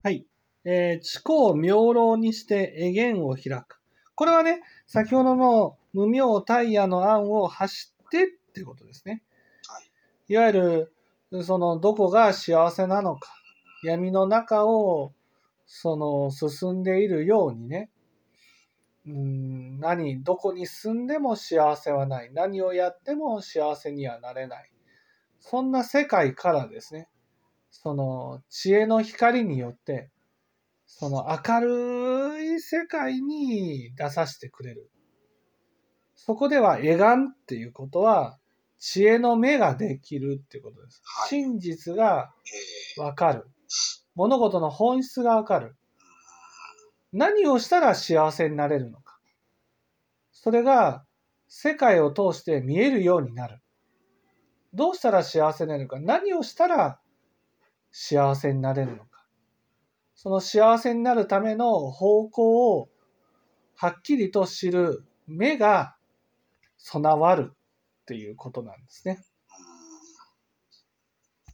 はい。知行明朗にして会言を開く。これはね、先ほどの無明大夜の案を発してっていうことですね。 はい。 いわゆる、どこが幸せなのか、闇の中を、進んでいるようにね、どこに住んでも幸せはない。何をやっても幸せにはなれない。そんな世界からですね、知恵の光によって、明るい世界に出させてくれる。そこでは、絵眼っていうことは、知恵の目ができるっていうことです。 はい。 真実がえわかる。物事の本質がわかる。何をしたら幸せになれるのか。それが世界を通して見えるようになる。どうしたら幸せになれるか。何をしたら幸せになれるのか。その幸せになるための方向をはっきりと知る目が備わるっていうことなんですね。